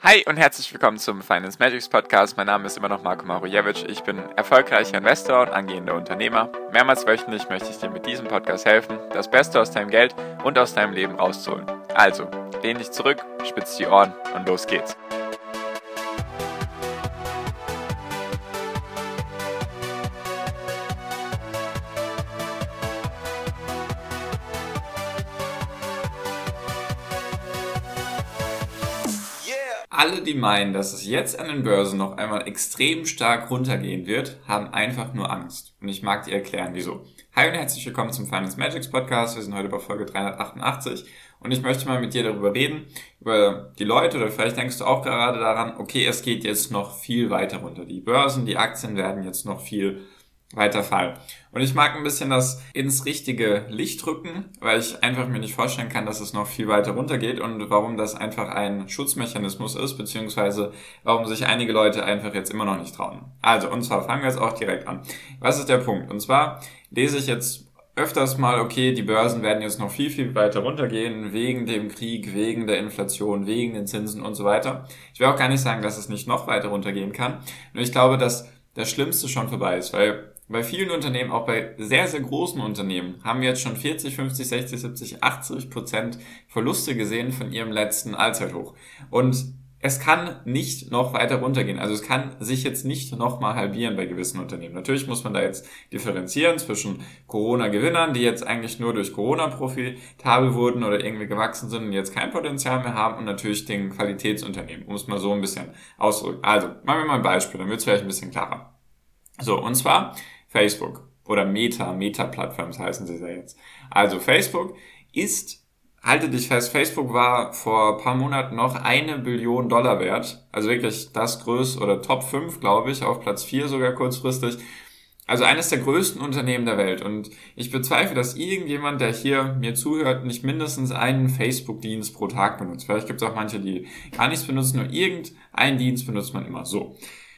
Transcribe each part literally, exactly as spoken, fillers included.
Hi und herzlich willkommen zum Finance Magics Podcast. Mein Name ist immer noch Marko Marujewicz. Ich bin erfolgreicher Investor und angehender Unternehmer. Mehrmals wöchentlich möchte ich dir mit diesem Podcast helfen, das Beste aus deinem Geld und aus deinem Leben rauszuholen. Also, lehn dich zurück, spitz die Ohren und los geht's. Alle, die meinen, dass es jetzt an den Börsen noch einmal extrem stark runtergehen wird, haben einfach nur Angst. Und ich mag dir erklären, wieso. Hi und herzlich willkommen zum Finance Magics Podcast. Wir sind heute bei Folge dreihundertachtundachtzig und ich möchte mal mit dir darüber reden, über die Leute, oder vielleicht denkst du auch gerade daran, okay, es geht jetzt noch viel weiter runter. Die Börsen, die Aktien werden jetzt noch viel weiter fallen. Und ich mag ein bisschen das ins richtige Licht rücken, weil ich einfach mir nicht vorstellen kann, dass es noch viel weiter runtergeht und warum das einfach ein Schutzmechanismus ist, beziehungsweise warum sich einige Leute einfach jetzt immer noch nicht trauen. Also, und zwar fangen wir jetzt auch direkt an. Was ist der Punkt? Und zwar lese ich jetzt öfters mal, okay, die Börsen werden jetzt noch viel, viel weiter runtergehen, wegen dem Krieg, wegen der Inflation, wegen den Zinsen und so weiter. Ich will auch gar nicht sagen, dass es nicht noch weiter runtergehen kann. Nur ich glaube, dass das Schlimmste schon vorbei ist, weil bei vielen Unternehmen, auch bei sehr, sehr großen Unternehmen, haben wir jetzt schon vierzig, fünfzig, sechzig, siebzig, achtzig Prozent Verluste gesehen von ihrem letzten Allzeithoch. Und es kann nicht noch weiter runtergehen. Also es kann sich jetzt nicht noch mal halbieren bei gewissen Unternehmen. Natürlich muss man da jetzt differenzieren zwischen Corona-Gewinnern, die jetzt eigentlich nur durch Corona profitabel wurden oder irgendwie gewachsen sind und jetzt kein Potenzial mehr haben, und natürlich den Qualitätsunternehmen, um es mal so ein bisschen auszudrücken. Also, machen wir mal ein Beispiel, dann wird es vielleicht ein bisschen klarer. So, und zwar Facebook oder Meta, Meta-Plattforms heißen sie ja jetzt. Also Facebook ist, halte dich fest, Facebook war vor ein paar Monaten noch eine Billion Dollar wert. Also wirklich das größte, oder Top fünf, glaube ich, auf Platz vier sogar kurzfristig. Also eines der größten Unternehmen der Welt. Und ich bezweifle, dass irgendjemand, der hier mir zuhört, nicht mindestens einen Facebook-Dienst pro Tag benutzt. Vielleicht gibt es auch manche, die gar nichts benutzen, nur irgendeinen Dienst benutzt man immer so.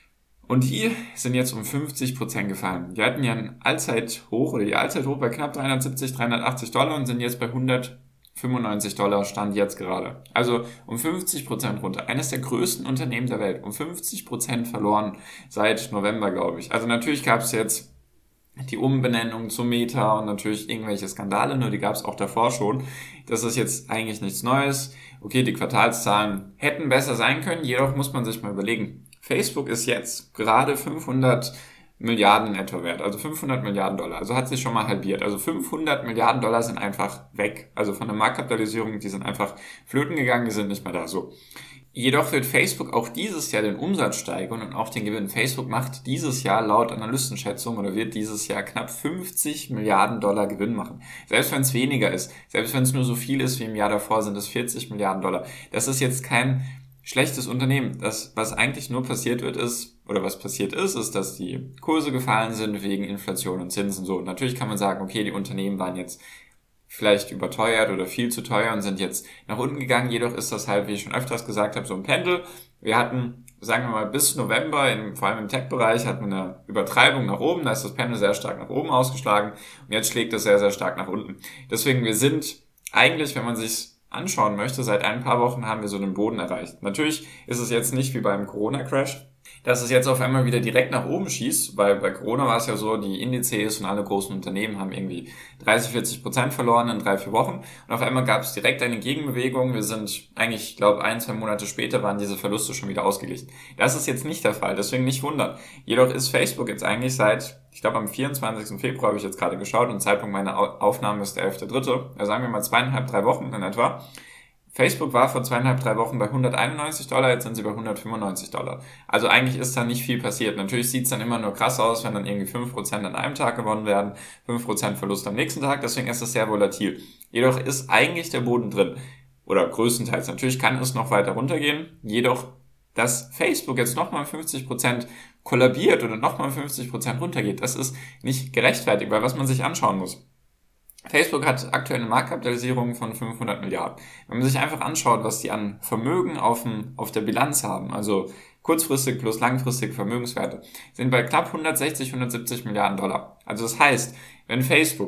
Und die sind jetzt um fünfzig Prozent gefallen. Die hatten ja ein Allzeithoch, oder die Allzeithoch bei knapp dreihundertsiebzig, dreihundertachtzig Dollar und sind jetzt bei hundertfünfundneunzig Dollar, Stand jetzt gerade. Also um fünfzig Prozent runter. Eines der größten Unternehmen der Welt. Um fünfzig Prozent verloren seit November, glaube ich. Also natürlich gab es jetzt die Umbenennung zu Meta und natürlich irgendwelche Skandale, nur die gab es auch davor schon. Das ist jetzt eigentlich nichts Neues. Okay, die Quartalszahlen hätten besser sein können, jedoch muss man sich mal überlegen. Facebook ist jetzt gerade fünfhundert Milliarden etwa wert, also fünfhundert Milliarden Dollar, also hat sich schon mal halbiert. Also fünfhundert Milliarden Dollar sind einfach weg, also von der Marktkapitalisierung, die sind einfach flöten gegangen, die sind nicht mehr da, so. Jedoch wird Facebook auch dieses Jahr den Umsatz steigern und auch den Gewinn. Facebook macht dieses Jahr laut Analystenschätzung oder wird dieses Jahr knapp fünfzig Milliarden Dollar Gewinn machen. Selbst wenn es weniger ist, selbst wenn es nur so viel ist wie im Jahr davor, sind es vierzig Milliarden Dollar. Das ist jetzt kein schlechtes Unternehmen. Das, was eigentlich nur passiert wird, ist, oder was passiert ist, ist, dass die Kurse gefallen sind wegen Inflation und Zinsen. So, und natürlich kann man sagen, okay, die Unternehmen waren jetzt vielleicht überteuert oder viel zu teuer und sind jetzt nach unten gegangen. Jedoch ist das halt, wie ich schon öfters gesagt habe, so ein Pendel. Wir hatten, sagen wir mal, bis November, in, vor allem im Tech-Bereich, hatten wir eine Übertreibung nach oben. Da ist das Pendel sehr stark nach oben ausgeschlagen und jetzt schlägt es sehr, sehr stark nach unten. Deswegen, wir sind eigentlich, wenn man sich anschauen möchte, seit ein paar Wochen haben wir so den Boden erreicht. Natürlich ist es jetzt nicht wie beim Corona-Crash, dass es jetzt auf einmal wieder direkt nach oben schießt, weil bei Corona war es ja so, die Indizes und alle großen Unternehmen haben irgendwie dreißig, vierzig Prozent verloren in drei, vier Wochen und auf einmal gab es direkt eine Gegenbewegung. Wir sind eigentlich, ich glaube, ein, zwei Monate später waren diese Verluste schon wieder ausgeglichen. Das ist jetzt nicht der Fall, deswegen nicht wundern. Jedoch ist Facebook jetzt eigentlich seit, ich glaube am vierundzwanzigsten Februar habe ich jetzt gerade geschaut und Zeitpunkt meiner Aufnahme ist der elfter dritte Also sagen wir mal zweieinhalb, drei Wochen in etwa. Facebook war vor zweieinhalb, drei Wochen bei hunderteinundneunzig Dollar, jetzt sind sie bei hundertfünfundneunzig Dollar. Also eigentlich ist da nicht viel passiert. Natürlich sieht es dann immer nur krass aus, wenn dann irgendwie fünf Prozent an einem Tag gewonnen werden, fünf Prozent Verlust am nächsten Tag, deswegen ist es sehr volatil. Jedoch ist eigentlich der Boden drin. Oder größtenteils. Natürlich kann es noch weiter runtergehen, jedoch, dass Facebook jetzt nochmal fünfzig Prozent kollabiert oder nochmal fünfzig Prozent runtergeht, das ist nicht gerechtfertigt, weil was man sich anschauen muss. Facebook hat aktuell eine Marktkapitalisierung von fünfhundert Milliarden. Wenn man sich einfach anschaut, was die an Vermögen auf, dem, auf der Bilanz haben, also kurzfristig plus langfristige Vermögenswerte, sind bei knapp hundertsechzig, hundertsiebzig Milliarden Dollar. Also das heißt, wenn Facebook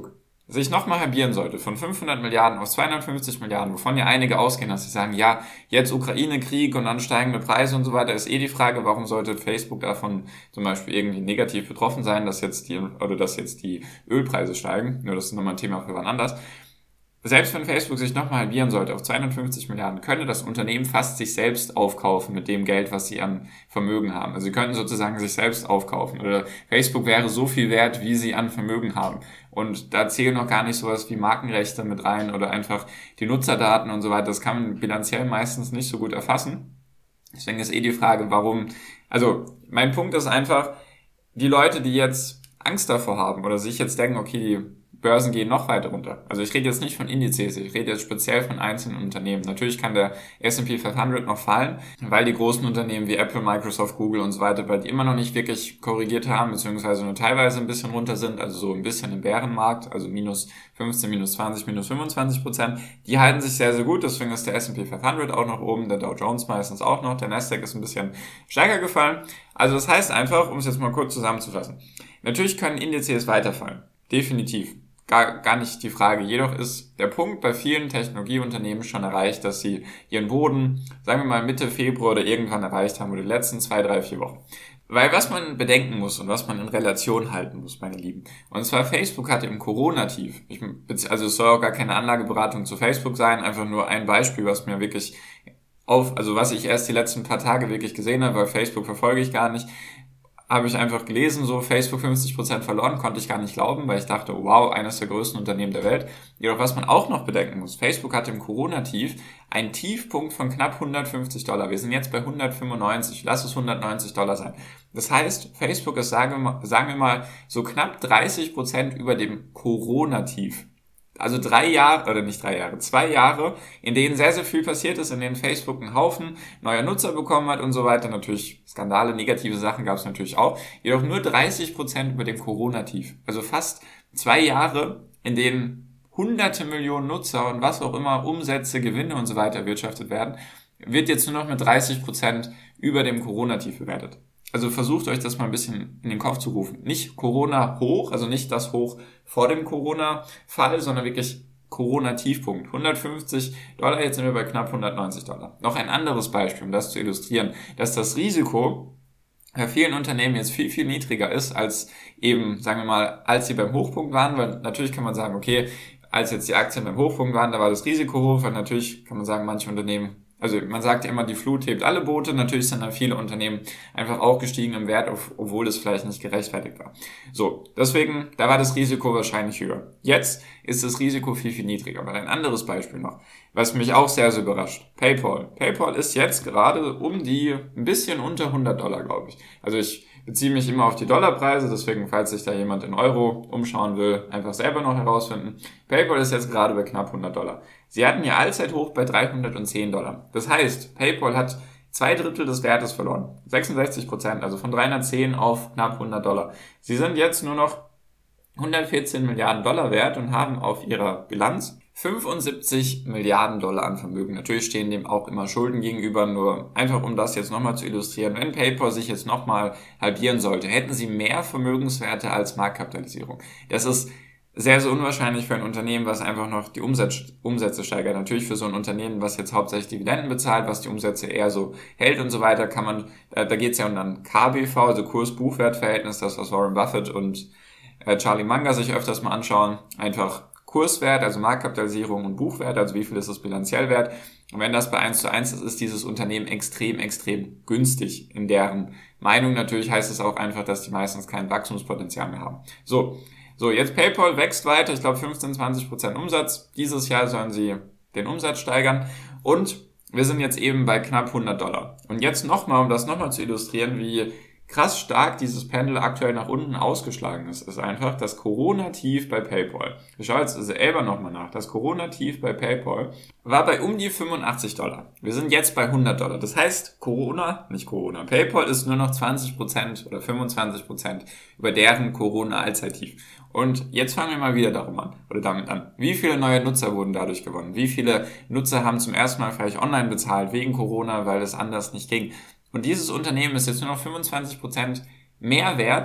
sich nochmal halbieren sollte, von fünfhundert Milliarden auf zweihundertfünfzig Milliarden, wovon ja einige ausgehen, dass sie sagen, ja, jetzt Ukraine-Krieg und dann steigende Preise und so weiter, ist eh die Frage, warum sollte Facebook davon zum Beispiel irgendwie negativ betroffen sein, dass jetzt die, oder dass jetzt die Ölpreise steigen. Nur das ist nochmal ein Thema für wann anders. Selbst wenn Facebook sich nochmal halbieren sollte auf zweihundertfünfzig Milliarden, könnte das Unternehmen fast sich selbst aufkaufen mit dem Geld, was sie an Vermögen haben. Also sie könnten sozusagen sich selbst aufkaufen. Oder Facebook wäre so viel wert, wie sie an Vermögen haben. Und da zählen noch gar nicht sowas wie Markenrechte mit rein oder einfach die Nutzerdaten und so weiter. Das kann man bilanziell meistens nicht so gut erfassen. Deswegen ist eh die Frage, warum... Also mein Punkt ist einfach, die Leute, die jetzt Angst davor haben oder sich jetzt denken, okay, die Börsen gehen noch weiter runter. Also ich rede jetzt nicht von Indizes, ich rede jetzt speziell von einzelnen Unternehmen. Natürlich kann der S and P fünfhundert noch fallen, weil die großen Unternehmen wie Apple, Microsoft, Google und so weiter, weil die immer noch nicht wirklich korrigiert haben, beziehungsweise nur teilweise ein bisschen runter sind, also so ein bisschen im Bärenmarkt, also minus fünfzehn, minus zwanzig, minus fünfundzwanzig Prozent. Die halten sich sehr, sehr gut, deswegen ist der S and P fünfhundert auch noch oben, der Dow Jones meistens auch noch, der Nasdaq ist ein bisschen stärker gefallen. Also das heißt einfach, um es jetzt mal kurz zusammenzufassen, natürlich können Indizes weiterfallen, definitiv. Gar, gar nicht die Frage. Jedoch ist der Punkt bei vielen Technologieunternehmen schon erreicht, dass sie ihren Boden, sagen wir mal Mitte Februar oder irgendwann erreicht haben oder die letzten zwei, drei, vier Wochen. Weil was man bedenken muss und was man in Relation halten muss, meine Lieben. Und zwar Facebook hatte im Corona-Tief, ich, also es soll auch gar keine Anlageberatung zu Facebook sein, einfach nur ein Beispiel, was mir wirklich auf, also was ich erst die letzten paar Tage wirklich gesehen habe, weil Facebook verfolge ich gar nicht, habe ich einfach gelesen, so Facebook fünfzig Prozent verloren, konnte ich gar nicht glauben, weil ich dachte, wow, eines der größten Unternehmen der Welt. Jedoch, was man auch noch bedenken muss, Facebook hatte im Corona-Tief einen Tiefpunkt von knapp hundertfünfzig Dollar. Wir sind jetzt bei hundertfünfundneunzig, lass es hundertneunzig Dollar sein. Das heißt, Facebook ist, sagen wir mal, sagen wir mal so knapp dreißig Prozent über dem Corona-Tief. Also drei Jahre, oder nicht drei Jahre, zwei Jahre, in denen sehr, sehr viel passiert ist, in denen Facebook einen Haufen neuer Nutzer bekommen hat und so weiter. Natürlich Skandale, negative Sachen gab es natürlich auch. Jedoch nur dreißig Prozent über dem Corona-Tief. Also fast zwei Jahre, in denen hunderte Millionen Nutzer und was auch immer, Umsätze, Gewinne und so weiter erwirtschaftet werden, wird jetzt nur noch mit dreißig Prozent über dem Corona-Tief bewertet. Also versucht euch das mal ein bisschen in den Kopf zu rufen. Nicht Corona hoch, also nicht das Hoch vor dem Corona-Fall, sondern wirklich Corona-Tiefpunkt. hundertfünfzig Dollar, jetzt sind wir bei knapp hundertneunzig Dollar. Noch ein anderes Beispiel, um das zu illustrieren, dass das Risiko bei vielen Unternehmen jetzt viel, viel niedriger ist, als eben, sagen wir mal, als sie beim Hochpunkt waren, weil natürlich kann man sagen, okay, als jetzt die Aktien beim Hochpunkt waren, da war das Risiko hoch, weil natürlich kann man sagen, manche Unternehmen, also man sagt ja immer, die Flut hebt alle Boote. Natürlich sind dann viele Unternehmen einfach auch gestiegen im Wert, obwohl es vielleicht nicht gerechtfertigt war. So, deswegen, da war das Risiko wahrscheinlich höher. Jetzt ist das Risiko viel, viel niedriger. Aber ein anderes Beispiel noch, was mich auch sehr, sehr überrascht. PayPal. PayPal ist jetzt gerade um die, ein bisschen unter hundert Dollar, glaube ich. Also ich beziehe mich immer auf die Dollarpreise, deswegen, falls sich da jemand in Euro umschauen will, einfach selber noch herausfinden. PayPal ist jetzt gerade bei knapp hundert Dollar. Sie hatten ihr Allzeithoch bei dreihundertzehn Dollar. Das heißt, PayPal hat zwei Drittel des Wertes verloren. sechsundsechzig Prozent, also von dreihundertzehn auf knapp hundert Dollar. Sie sind jetzt nur noch hundertvierzehn Milliarden Dollar wert und haben auf ihrer Bilanz fünfundsiebzig Milliarden Dollar an Vermögen. Natürlich stehen dem auch immer Schulden gegenüber, nur einfach um das jetzt nochmal zu illustrieren. Wenn PayPal sich jetzt nochmal halbieren sollte, hätten sie mehr Vermögenswerte als Marktkapitalisierung. Das ist sehr, sehr unwahrscheinlich für ein Unternehmen, was einfach noch die Umsätze, Umsätze steigert. Natürlich für so ein Unternehmen, was jetzt hauptsächlich Dividenden bezahlt, was die Umsätze eher so hält und so weiter, kann man, da, da geht es ja um dann K B V, also Kurs-Buchwert-Verhältnis, das was Warren Buffett und äh, Charlie Munger sich öfters mal anschauen, einfach Kurswert, also Marktkapitalisierung und Buchwert, also wie viel ist das bilanziell wert. Und wenn das bei eins zu eins ist, ist dieses Unternehmen extrem, extrem günstig. In deren Meinung natürlich heißt es auch einfach, dass die meistens kein Wachstumspotenzial mehr haben. So, so jetzt PayPal wächst weiter, ich glaube fünfzehn, zwanzig Prozent Umsatz. Dieses Jahr sollen sie den Umsatz steigern und wir sind jetzt eben bei knapp hundert Dollar. Und jetzt nochmal, um das nochmal zu illustrieren, wie krass stark dieses Pendel aktuell nach unten ausgeschlagen ist, ist einfach das Corona-Tief bei PayPal. Ich schaue jetzt selber nochmal nach. Das Corona-Tief bei PayPal war bei um die fünfundachtzig Dollar. Wir sind jetzt bei hundert Dollar. Das heißt, Corona, nicht Corona, PayPal ist nur noch zwanzig Prozent oder fünfundzwanzig Prozent über deren Corona-Allzeittief. Und jetzt fangen wir mal wieder darum an, oder damit an. Wie viele neue Nutzer wurden dadurch gewonnen? Wie viele Nutzer haben zum ersten Mal vielleicht online bezahlt wegen Corona, weil es anders nicht ging? Und dieses Unternehmen ist jetzt nur noch fünfundzwanzig Prozent mehr wert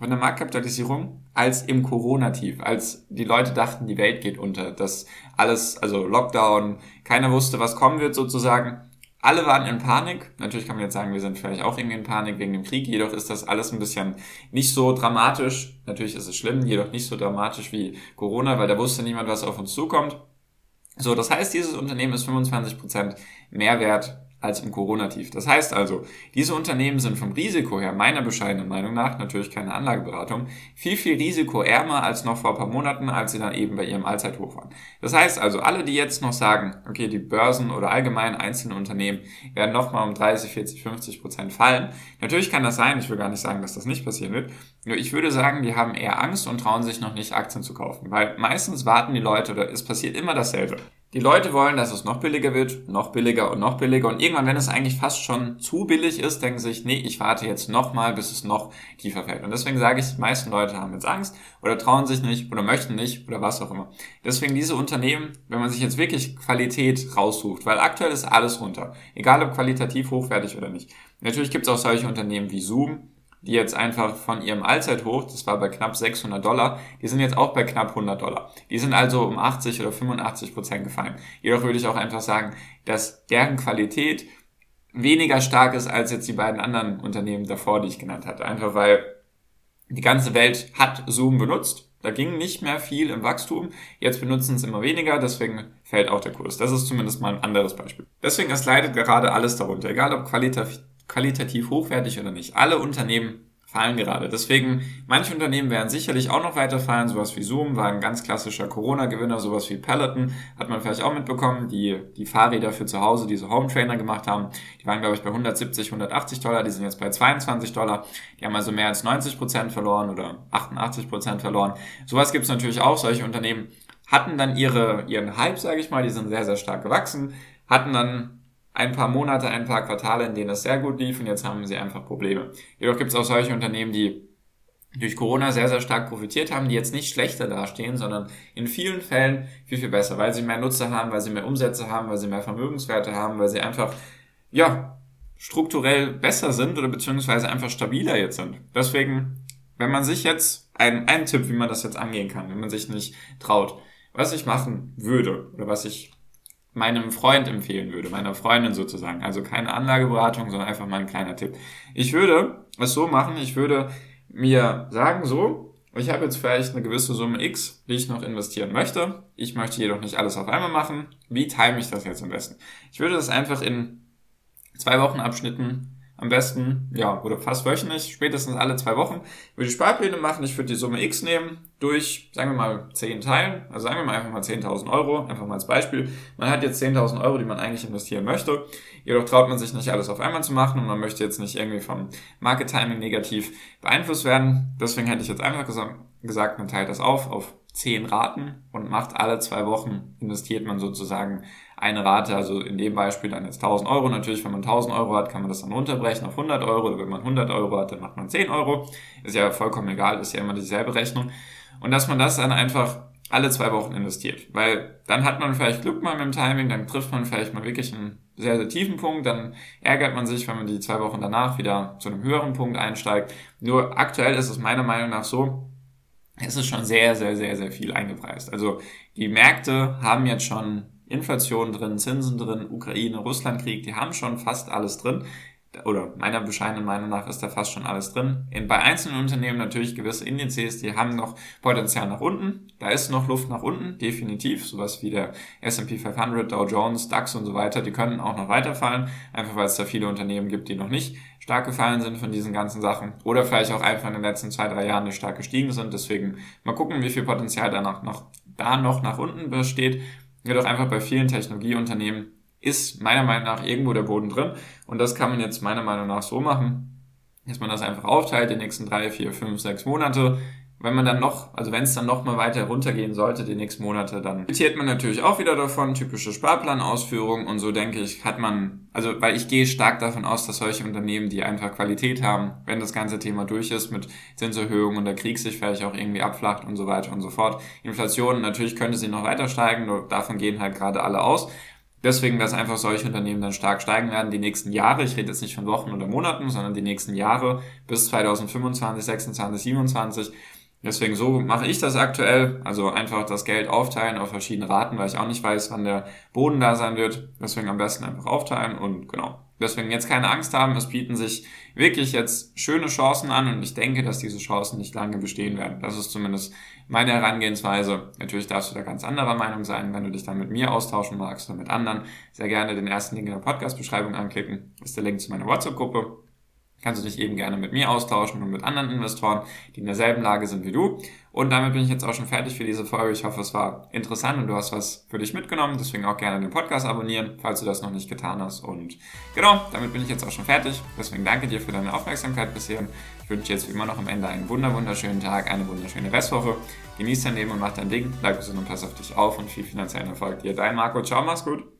von der Marktkapitalisierung als im Corona-Tief, als die Leute dachten, die Welt geht unter, dass alles, also Lockdown, keiner wusste, was kommen wird sozusagen. Alle waren in Panik. Natürlich kann man jetzt sagen, wir sind vielleicht auch irgendwie in Panik wegen dem Krieg, jedoch ist das alles ein bisschen nicht so dramatisch. Natürlich ist es schlimm, jedoch nicht so dramatisch wie Corona, weil da wusste niemand, was auf uns zukommt. So, das heißt, dieses Unternehmen ist fünfundzwanzig Prozent mehr wert als im Corona-Tief. Das heißt also, diese Unternehmen sind vom Risiko her, meiner bescheidenen Meinung nach, natürlich keine Anlageberatung, viel, viel risikoärmer als noch vor ein paar Monaten, als sie dann eben bei ihrem Allzeithoch waren. Das heißt also, alle, die jetzt noch sagen, okay, die Börsen oder allgemein einzelne Unternehmen werden nochmal um dreißig, vierzig, fünfzig Prozent fallen. Natürlich kann das sein, ich will gar nicht sagen, dass das nicht passieren wird, nur ich würde sagen, die haben eher Angst und trauen sich noch nicht, Aktien zu kaufen, weil meistens warten die Leute, oder es passiert immer dasselbe. Die Leute wollen, dass es noch billiger wird, noch billiger und noch billiger und irgendwann, wenn es eigentlich fast schon zu billig ist, denken sich, nee, ich warte jetzt nochmal, bis es noch tiefer fällt. Und deswegen sage ich, die meisten Leute haben jetzt Angst oder trauen sich nicht oder möchten nicht oder was auch immer. Deswegen diese Unternehmen, wenn man sich jetzt wirklich Qualität raussucht, weil aktuell ist alles runter, egal ob qualitativ hochwertig oder nicht. Natürlich gibt es auch solche Unternehmen wie Zoom, die jetzt einfach von ihrem Allzeithoch, das war bei knapp sechshundert Dollar, die sind jetzt auch bei knapp hundert Dollar. Die sind also um achtzig oder fünfundachtzig Prozent gefallen. Jedoch würde ich auch einfach sagen, dass deren Qualität weniger stark ist als jetzt die beiden anderen Unternehmen davor, die ich genannt hatte. Einfach weil die ganze Welt hat Zoom benutzt. Da ging nicht mehr viel im Wachstum. Jetzt benutzen es immer weniger, deswegen fällt auch der Kurs. Das ist zumindest mal ein anderes Beispiel. Deswegen, es leidet gerade alles darunter, egal ob qualitativ qualitativ hochwertig oder nicht. Alle Unternehmen fallen gerade. Deswegen, manche Unternehmen werden sicherlich auch noch weiter fallen. Sowas wie Zoom war ein ganz klassischer Corona-Gewinner. Sowas wie Peloton hat man vielleicht auch mitbekommen, die die Fahrräder für zu Hause, diese Home Trainer gemacht haben. Die waren, glaube ich, bei hundertsiebzig, hundertachtzig Dollar. Die sind jetzt bei zweiundzwanzig Dollar. Die haben also mehr als neunzig Prozent verloren oder achtundachtzig Prozent verloren. Sowas gibt es natürlich auch. Solche Unternehmen hatten dann ihre ihren Hype, sage ich mal. Die sind sehr, sehr stark gewachsen. Hatten dann ein paar Monate, ein paar Quartale, in denen es sehr gut lief und jetzt haben sie einfach Probleme. Jedoch gibt es auch solche Unternehmen, die durch Corona sehr, sehr stark profitiert haben, die jetzt nicht schlechter dastehen, sondern in vielen Fällen viel, viel besser, weil sie mehr Nutzer haben, weil sie mehr Umsätze haben, weil sie mehr Vermögenswerte haben, weil sie einfach, ja, strukturell besser sind oder beziehungsweise einfach stabiler jetzt sind. Deswegen, wenn man sich jetzt, ein, ein Tipp, wie man das jetzt angehen kann, wenn man sich nicht traut, was ich machen würde oder was ich meinem Freund empfehlen würde, meiner Freundin sozusagen. Also keine Anlageberatung, sondern einfach mal ein kleiner Tipp. Ich würde es so machen, ich würde mir sagen, so, ich habe jetzt vielleicht eine gewisse Summe X, die ich noch investieren möchte. Ich möchte jedoch nicht alles auf einmal machen. Wie time ich das jetzt am besten? Ich würde das einfach in zwei Wochen Abschnitten am besten, ja, oder fast wöchentlich, spätestens alle zwei Wochen, würde ich Sparpläne machen. Ich würde die Summe X nehmen, durch, sagen wir mal, zehn teilen. Also sagen wir mal einfach mal zehntausend Euro, einfach mal als Beispiel. Man hat jetzt zehntausend Euro, die man eigentlich investieren möchte. Jedoch traut man sich nicht alles auf einmal zu machen und man möchte jetzt nicht irgendwie vom Market Timing negativ beeinflusst werden. Deswegen hätte ich jetzt einfach gesagt, man teilt das auf, auf zehn Raten und macht alle zwei Wochen, investiert man sozusagen eine Rate, also in dem Beispiel dann jetzt tausend Euro. Natürlich, wenn man tausend Euro hat, kann man das dann runterbrechen auf hundert Euro. Oder wenn man hundert Euro hat, dann macht man zehn Euro. Ist ja vollkommen egal, ist ja immer dieselbe Rechnung. Und dass man das dann einfach alle zwei Wochen investiert. Weil dann hat man vielleicht Glück mal mit dem Timing, dann trifft man vielleicht mal wirklich einen sehr, sehr tiefen Punkt. Dann ärgert man sich, wenn man die zwei Wochen danach wieder zu einem höheren Punkt einsteigt. Nur aktuell ist es meiner Meinung nach so, es ist schon sehr, sehr, sehr, sehr viel eingepreist. Also die Märkte haben jetzt schon Inflation drin, Zinsen drin, Ukraine, Russlandkrieg, die haben schon fast alles drin. Oder meiner bescheidenen Meinung nach ist da fast schon alles drin. In, bei einzelnen Unternehmen natürlich gewisse Indizes, die haben noch Potenzial nach unten. Da ist noch Luft nach unten, definitiv. Sowas wie der S and P fünfhundert, Dow Jones, DAX und so weiter, die können auch noch weiterfallen. Einfach weil es da viele Unternehmen gibt, die noch nicht stark gefallen sind von diesen ganzen Sachen. Oder vielleicht auch einfach in den letzten zwei, drei Jahren nicht stark gestiegen sind. Deswegen mal gucken, wie viel Potenzial danach noch, da noch nach unten besteht. Jedoch einfach bei vielen Technologieunternehmen ist meiner Meinung nach irgendwo der Boden drin. Und das kann man jetzt meiner Meinung nach so machen, dass man das einfach aufteilt, die nächsten drei, vier, fünf, sechs Monate. Wenn man dann noch, also wenn es dann noch mal weiter runtergehen sollte, die nächsten Monate, dann profitiert man natürlich auch wieder davon, typische Sparplanausführung. Und so denke ich, hat man, also weil ich gehe stark davon aus, dass solche Unternehmen, die einfach Qualität haben, wenn das ganze Thema durch ist mit Zinserhöhungen und der Krieg sich vielleicht auch irgendwie abflacht und so weiter und so fort. Inflation, natürlich könnte sie noch weiter steigen, nur davon gehen halt gerade alle aus. Deswegen, dass einfach solche Unternehmen dann stark steigen werden die nächsten Jahre. Ich rede jetzt nicht von Wochen oder Monaten, sondern die nächsten Jahre bis zweitausendfünfundzwanzig, sechsundzwanzig, siebenundzwanzig. Deswegen so mache ich das aktuell. Also einfach das Geld aufteilen auf verschiedene Raten, weil ich auch nicht weiß, wann der Boden da sein wird. Deswegen am besten einfach aufteilen und genau. Deswegen jetzt keine Angst haben. Es bieten sich wirklich jetzt schöne Chancen an und ich denke, dass diese Chancen nicht lange bestehen werden. Das ist zumindest meine Herangehensweise. Natürlich darfst du da ganz anderer Meinung sein, wenn du dich dann mit mir austauschen magst oder mit anderen. Sehr gerne den ersten Link in der Podcast-Beschreibung anklicken. Das ist der Link zu meiner WhatsApp-Gruppe. Kannst du dich eben gerne mit mir austauschen und mit anderen Investoren, die in derselben Lage sind wie du. Und damit bin ich jetzt auch schon fertig für diese Folge. Ich hoffe, es war interessant und du hast was für dich mitgenommen. Deswegen auch gerne den Podcast abonnieren, falls du das noch nicht getan hast. Und genau, damit bin ich jetzt auch schon fertig. Deswegen danke dir für deine Aufmerksamkeit bisher. Ich wünsche dir jetzt wie immer noch am Ende einen wunder wunderschönen Tag, eine wunderschöne Restwoche. Genieß dein Leben und mach dein Ding. Bleib gesund und pass auf dich auf und viel finanziellen Erfolg dir. Dein Marco. Ciao, mach's gut.